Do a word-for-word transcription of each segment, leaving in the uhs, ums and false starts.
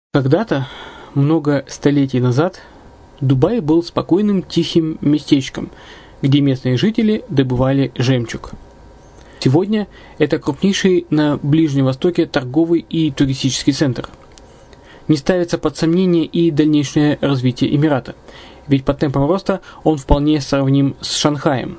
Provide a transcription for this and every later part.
Когда-то, много столетий назад, Дубай был спокойным тихим местечком, где местные жители добывали жемчуг. Сегодня это крупнейший на Ближнем Востоке торговый и туристический центр. Не ставится под сомнение и дальнейшее развитие Эмирата, ведь по темпам роста он вполне сравним с Шанхаем.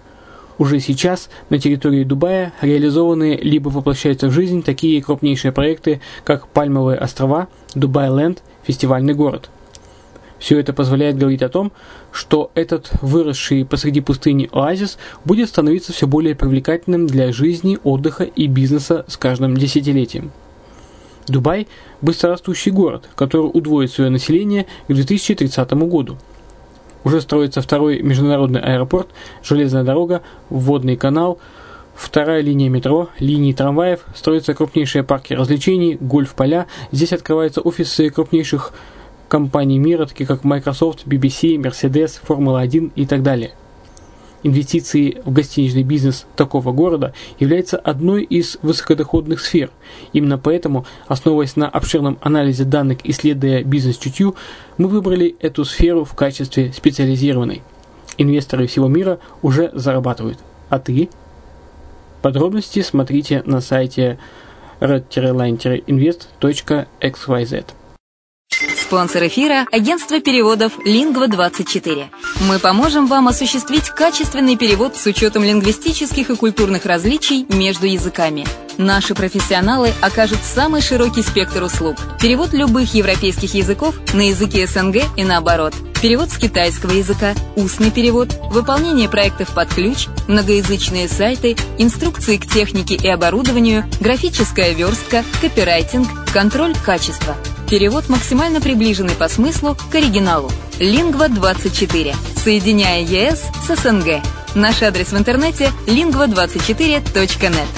Уже сейчас на территории Дубая реализованы либо воплощаются в жизнь такие крупнейшие проекты, как Пальмовые острова, Дубай-Ленд, фестивальный город. Все это позволяет говорить о том, что этот выросший посреди пустыни оазис будет становиться все более привлекательным для жизни, отдыха и бизнеса с каждым десятилетием. Дубай – быстрорастущий город, который удвоит свое население к две тысячи тридцатому году. Уже строится второй международный аэропорт, железная дорога, водный канал, вторая линия метро, линии трамваев, строятся крупнейшие парки развлечений, гольф-поля. Здесь открываются офисы крупнейших компаний мира, таких как Microsoft, би би си, Mercedes, Формула один и так далее. Инвестиции в гостиничный бизнес такого города являются одной из высокодоходных сфер. Именно поэтому, основываясь на обширном анализе данных, исследуя бизнес-чутью, мы выбрали эту сферу в качестве специализированной. Инвесторы всего мира уже зарабатывают. А ты? Подробности смотрите на сайте red line invest точка экс вай зет. Спонсор эфира – агентство переводов лингва двадцать четыре. Мы поможем вам осуществить качественный перевод с учетом лингвистических и культурных различий между языками. Наши профессионалы окажут самый широкий спектр услуг. Перевод любых европейских языков на языки эс эн гэ и наоборот. Перевод с китайского языка, устный перевод, выполнение проектов под ключ, многоязычные сайты, инструкции к технике и оборудованию, графическая верстка, копирайтинг, контроль качества. Перевод максимально приближенный по смыслу к оригиналу. лингва двадцать четыре. Соединяя е эс с эс эн гэ. Наш адрес в интернете лингва двадцать четыре точка нет.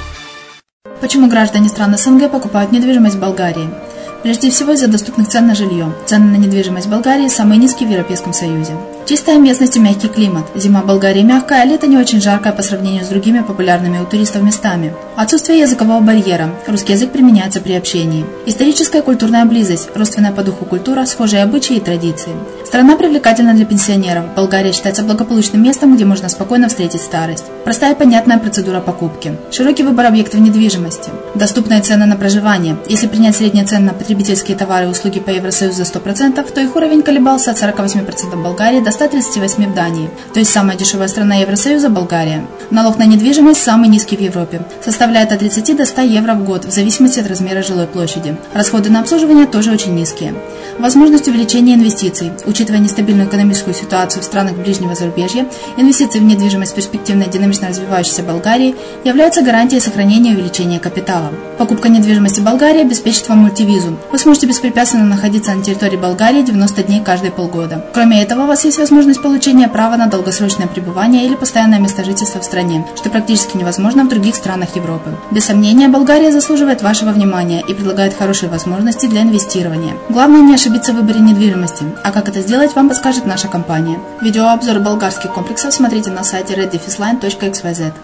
Почему граждане стран эс эн гэ покупают недвижимость в Болгарии? Прежде всего из-за доступных цен на жилье. Цены на недвижимость в Болгарии самые низкие в Европейском Союзе. Чистая местность и мягкий климат. Зима в Болгарии мягкая, а лето не очень жаркое по сравнению с другими популярными у туристов местами. Отсутствие языкового барьера. Русский язык применяется при общении. Историческая и культурная близость. Родственная по духу культура, схожие обычаи и традиции. Страна привлекательна для пенсионеров. Болгария считается благополучным местом, где можно спокойно встретить старость. Простая и понятная процедура покупки. Широкий выбор объектов недвижимости. Доступные цены на проживание. Если принять средние цены на потребительские товары и услуги по Евросоюзу за сто процентов, то их уровень колебался от сорок восемь процентов в Болгарии до ста тридцати восьми процентов в Дании. То есть самая дешевая страна Евросоюза – Болгария. Налог на недвижимость самый низкий в Европе. Составляет от тридцати до ста евро в год, в зависимости от размера жилой площади. Расходы на обслуживание тоже очень низкие. Возможность увеличения инвестиций. Учитывая нестабильную экономическую ситуацию в странах ближнего зарубежья, инвестиции в недвижимость перспективной и динамично развивающейся Болгарии являются гарантией сохранения и увеличения капитала. Покупка недвижимости в Болгарии обеспечит вам мультивизу. Вы сможете беспрепятственно находиться на территории Болгарии девяносто дней каждые полгода. Кроме этого, у вас есть возможность получения права на долгосрочное пребывание или постоянное место жительства в стране, что практически невозможно в других странах Европы. Без сомнения, Болгария заслуживает вашего внимания и предлагает хорошие возможности для инвестирования. Главное не ошибиться в выборе недвижимости, а как это сделать, вам подскажет наша компания. Видеообзор болгарских комплексов смотрите на сайте red line точка экс вай зет.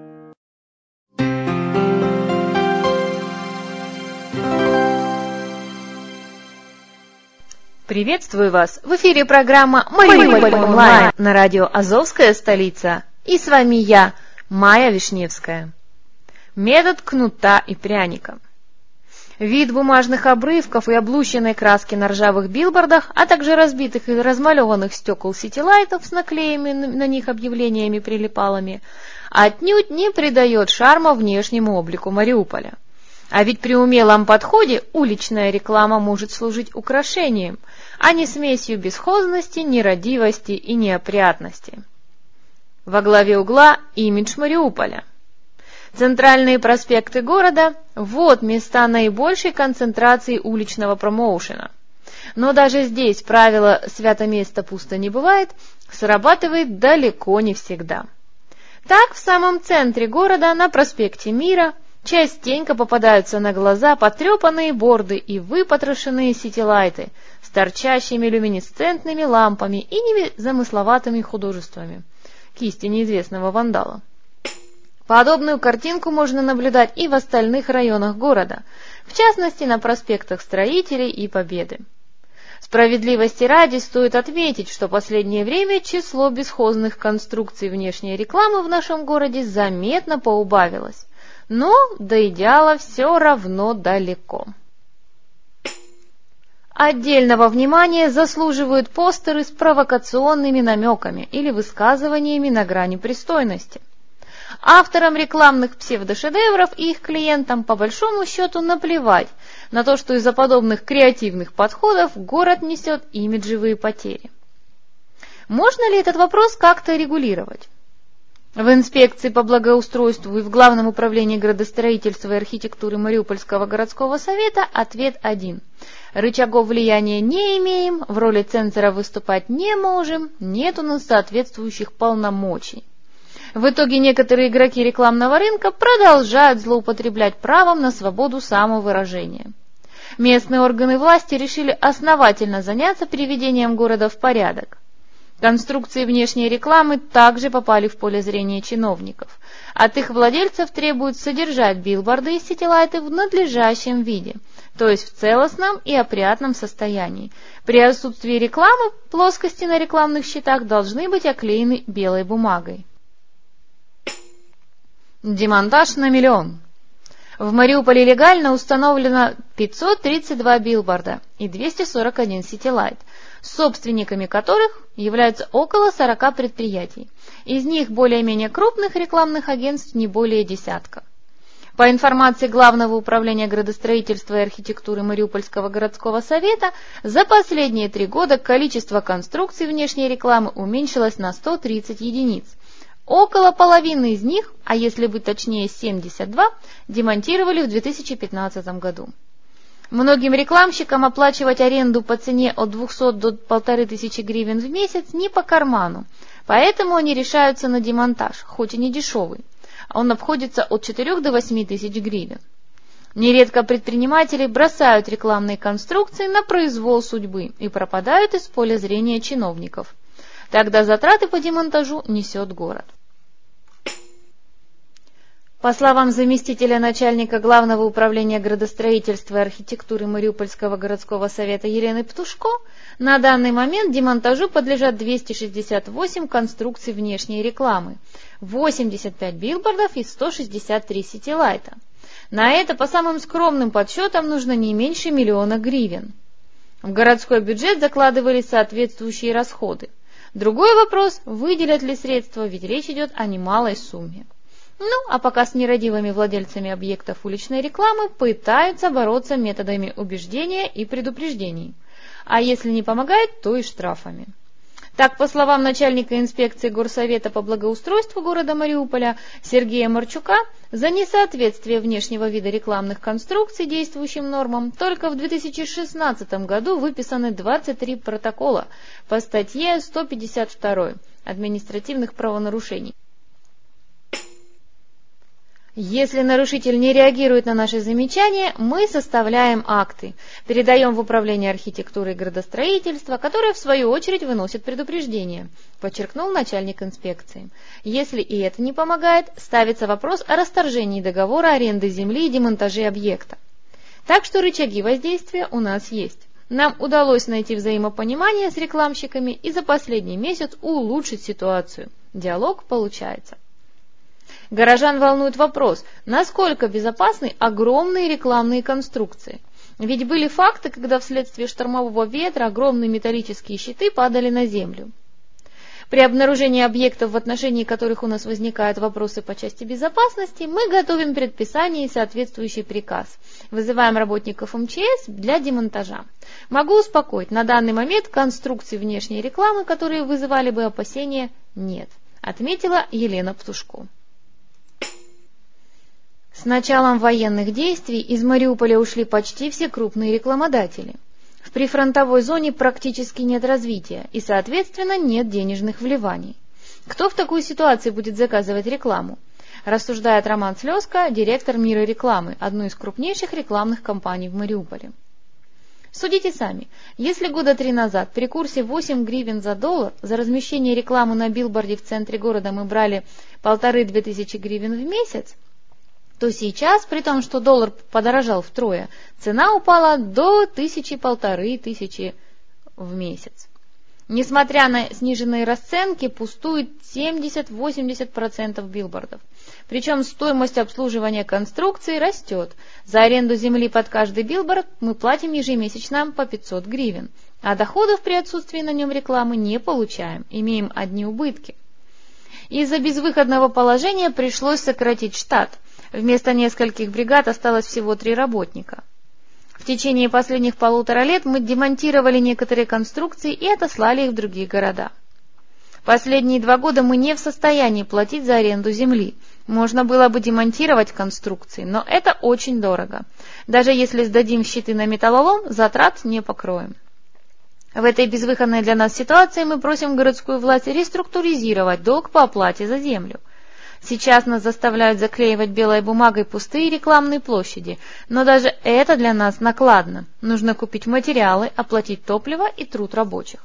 Приветствую вас! В эфире программа «Мариуполь онлайн» на радио «Азовская столица». И с вами я, Майя Вишневская. Метод кнута и пряника. Вид бумажных обрывков и облущенной краски на ржавых билбордах, а также разбитых и размалеванных стекол ситилайтов с наклеенными на них объявлениями-прилипалами, отнюдь не придает шарма внешнему облику Мариуполя. А ведь при умелом подходе уличная реклама может служить украшением, а не смесью бесхозности, нерадивости и неопрятности. Во главе угла имидж Мариуполя. Центральные проспекты города – вот места наибольшей концентрации уличного промоушена. Но даже здесь правило «свято место пусто не бывает» срабатывает далеко не всегда. Так, в самом центре города, на проспекте Мира, частенько попадаются на глаза потрепанные борды и выпотрошенные ситилайты с торчащими люминесцентными лампами и незамысловатыми художествами кисти неизвестного вандала. Подобную картинку можно наблюдать и в остальных районах города, в частности на проспектах Строителей и Победы. Справедливости ради стоит отметить, что в последнее время число бесхозных конструкций внешней рекламы в нашем городе заметно поубавилось, но до идеала все равно далеко. Отдельного внимания заслуживают постеры с провокационными намеками или высказываниями на грани пристойности. Авторам рекламных псевдошедевров и их клиентам по большому счету наплевать на то, что из-за подобных креативных подходов город несет имиджевые потери. Можно ли этот вопрос как-то регулировать? В инспекции по благоустройству и в Главном управлении градостроительства и архитектуры Мариупольского городского совета ответ один. Рычагов влияния не имеем, в роли цензора выступать не можем, нет у нас соответствующих полномочий. В итоге некоторые игроки рекламного рынка продолжают злоупотреблять правом на свободу самовыражения. Местные органы власти решили основательно заняться приведением города в порядок. Конструкции внешней рекламы также попали в поле зрения чиновников. От их владельцев требуют содержать билборды и ситилайты в надлежащем виде, то есть в целостном и опрятном состоянии. При отсутствии рекламы плоскости на рекламных щитах должны быть оклеены белой бумагой. Демонтаж на миллион. В Мариуполе легально установлено пятьсот тридцать два билборда и двести сорок один ситилайт, собственниками которых являются около сорока предприятий. Из них более-менее крупных рекламных агентств не более десятка. По информации Главного управления градостроительства и архитектуры Мариупольского городского совета, за последние три года количество конструкций внешней рекламы уменьшилось на сто тридцать единиц. Около половины из них, а если быть точнее семьдесят два, демонтировали в две тысячи пятнадцатом году. Многим рекламщикам оплачивать аренду по цене от двухсот до полторы тысячи гривен в месяц не по карману, поэтому они решаются на демонтаж, хоть и не дешевый. Он обходится от четырёх до восьми тысяч гривен. Нередко предприниматели бросают рекламные конструкции на произвол судьбы и пропадают из поля зрения чиновников. Тогда затраты по демонтажу несет город. По словам заместителя начальника Главного управления градостроительства и архитектуры Мариупольского городского совета Елены Птушко, на данный момент демонтажу подлежат двести шестьдесят восемь конструкций внешней рекламы, восемьдесят пять билбордов и сто шестьдесят три ситилайта. На это, по самым скромным подсчетам, нужно не меньше миллиона гривен. В городской бюджет закладывались соответствующие расходы. Другой вопрос, выделят ли средства, ведь речь идет о немалой сумме. Ну, а пока с нерадивыми владельцами объектов уличной рекламы пытаются бороться методами убеждения и предупреждений. А если не помогает, то и штрафами. Так, по словам начальника инспекции Горсовета по благоустройству города Мариуполя Сергея Марчука, за несоответствие внешнего вида рекламных конструкций действующим нормам только в две тысячи шестнадцатом году выписаны двадцать три протокола по статье сто пятьдесят два административных правонарушений. Если нарушитель не реагирует на наши замечания, мы составляем акты, передаем в Управление архитектуры и градостроительства, которое в свою очередь выносит предупреждение, подчеркнул начальник инспекции. Если и это не помогает, ставится вопрос о расторжении договора аренды земли и демонтаже объекта. Так что рычаги воздействия у нас есть. Нам удалось найти взаимопонимание с рекламщиками и за последний месяц улучшить ситуацию. Диалог получается. Горожан волнует вопрос, насколько безопасны огромные рекламные конструкции. Ведь были факты, когда вследствие штормового ветра огромные металлические щиты падали на землю. При обнаружении объектов, в отношении которых у нас возникают вопросы по части безопасности, мы готовим предписание и соответствующий приказ. Вызываем работников эм че эс для демонтажа. Могу успокоить, на данный момент конструкций внешней рекламы, которые вызывали бы опасения, нет, отметила Елена Птушко. С началом военных действий из Мариуполя ушли почти все крупные рекламодатели. В прифронтовой зоне практически нет развития и, соответственно, нет денежных вливаний. Кто в такой ситуации будет заказывать рекламу? Рассуждает Роман Слезко, директор «Мира рекламы», одной из крупнейших рекламных компаний в Мариуполе. Судите сами, если года три назад при курсе восемь гривен за доллар за размещение рекламы на билборде в центре города мы брали полторы-две тысячи гривен в месяц, то сейчас, при том, что доллар подорожал втрое, цена упала до тысячи полторы тысячи в месяц. Несмотря на сниженные расценки, пустует семьдесят-восемьдесят процентов билбордов. Причем стоимость обслуживания конструкции растет. За аренду земли под каждый билборд мы платим ежемесячно по пятьсот гривен, а доходов при отсутствии на нем рекламы не получаем, имеем одни убытки. Из-за безвыходного положения пришлось сократить штат. Вместо нескольких бригад осталось всего три работника. В течение последних полутора лет мы демонтировали некоторые конструкции и отослали их в другие города. Последние два года мы не в состоянии платить за аренду земли. Можно было бы демонтировать конструкции, но это очень дорого. Даже если сдадим щиты на металлолом, затрат не покроем. В этой безвыходной для нас ситуации мы просим городскую власть реструктуризировать долг по оплате за землю. Сейчас нас заставляют заклеивать белой бумагой пустые рекламные площади, но даже это для нас накладно. Нужно купить материалы, оплатить топливо и труд рабочих.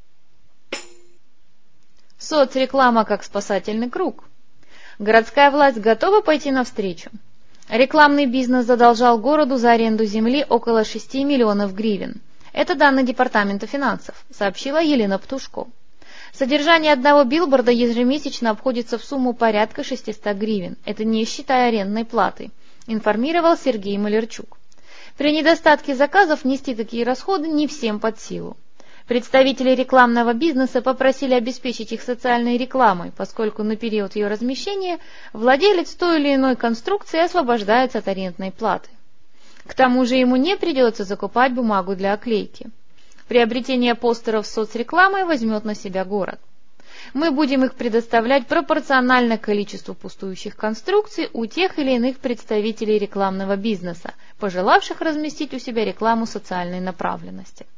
Соцреклама как спасательный круг. Городская власть готова пойти навстречу. Рекламный бизнес задолжал городу за аренду земли около шести миллионов гривен. Это данные Департамента финансов, сообщила Елена Птушко. Содержание одного билборда ежемесячно обходится в сумму порядка шестисот гривен, это не считая арендной платы, информировал Сергей Малерчук. При недостатке заказов нести такие расходы не всем под силу. Представители рекламного бизнеса попросили обеспечить их социальной рекламой, поскольку на период ее размещения владелец той или иной конструкции освобождается от арендной платы. К тому же ему не придется закупать бумагу для оклейки. Приобретение постеров с соцрекламой возьмет на себя город. Мы будем их предоставлять пропорционально количеству пустующих конструкций у тех или иных представителей рекламного бизнеса, пожелавших разместить у себя рекламу социальной направленности.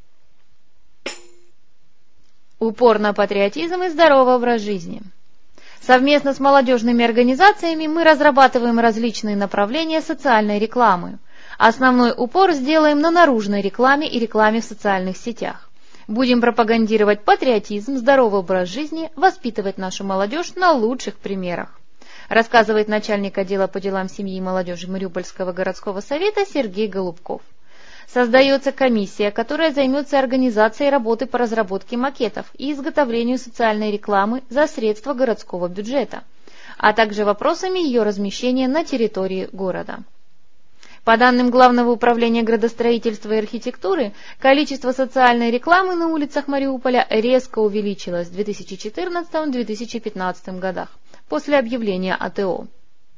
Упор на патриотизм и здоровый образ жизни. Совместно с молодежными организациями мы разрабатываем различные направления социальной рекламы. Основной упор сделаем на наружной рекламе и рекламе в социальных сетях. Будем пропагандировать патриотизм, здоровый образ жизни, воспитывать нашу молодежь на лучших примерах, рассказывает начальник отдела по делам семьи и молодежи Мариупольского городского совета Сергей Голубков. Создается комиссия, которая займется организацией работы по разработке макетов и изготовлению социальной рекламы за средства городского бюджета, а также вопросами ее размещения на территории города. По данным Главного управления градостроительства и архитектуры, количество социальной рекламы на улицах Мариуполя резко увеличилось в две тысячи четырнадцатом — две тысячи пятнадцатом годах, после объявления А Т О.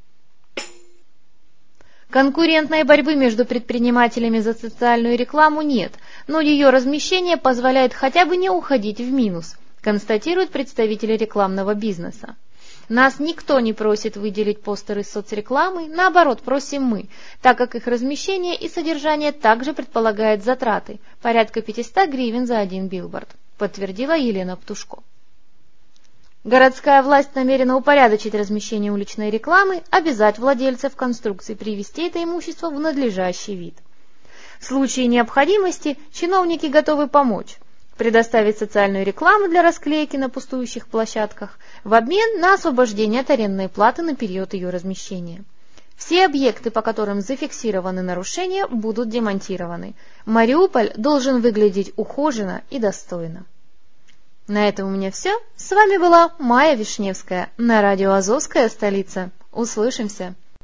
Конкурентной борьбы между предпринимателями за социальную рекламу нет, но ее размещение позволяет хотя бы не уходить в минус, констатируют представители рекламного бизнеса. Нас никто не просит выделить постеры с соцрекламой, наоборот, просим мы, так как их размещение и содержание также предполагает затраты, порядка пятьсот гривен за один билборд, подтвердила Елена Птушко. Городская власть намерена упорядочить размещение уличной рекламы, обязать владельцев конструкций привести это имущество в надлежащий вид. В случае необходимости чиновники готовы помочь, предоставить социальную рекламу для расклейки на пустующих площадках в обмен на освобождение от арендной платы на период ее размещения. Все объекты, по которым зафиксированы нарушения, будут демонтированы. Мариуполь должен выглядеть ухоженно и достойно. На этом у меня все. С вами была Майя Вишневская на радио «Азовская столица». Услышимся!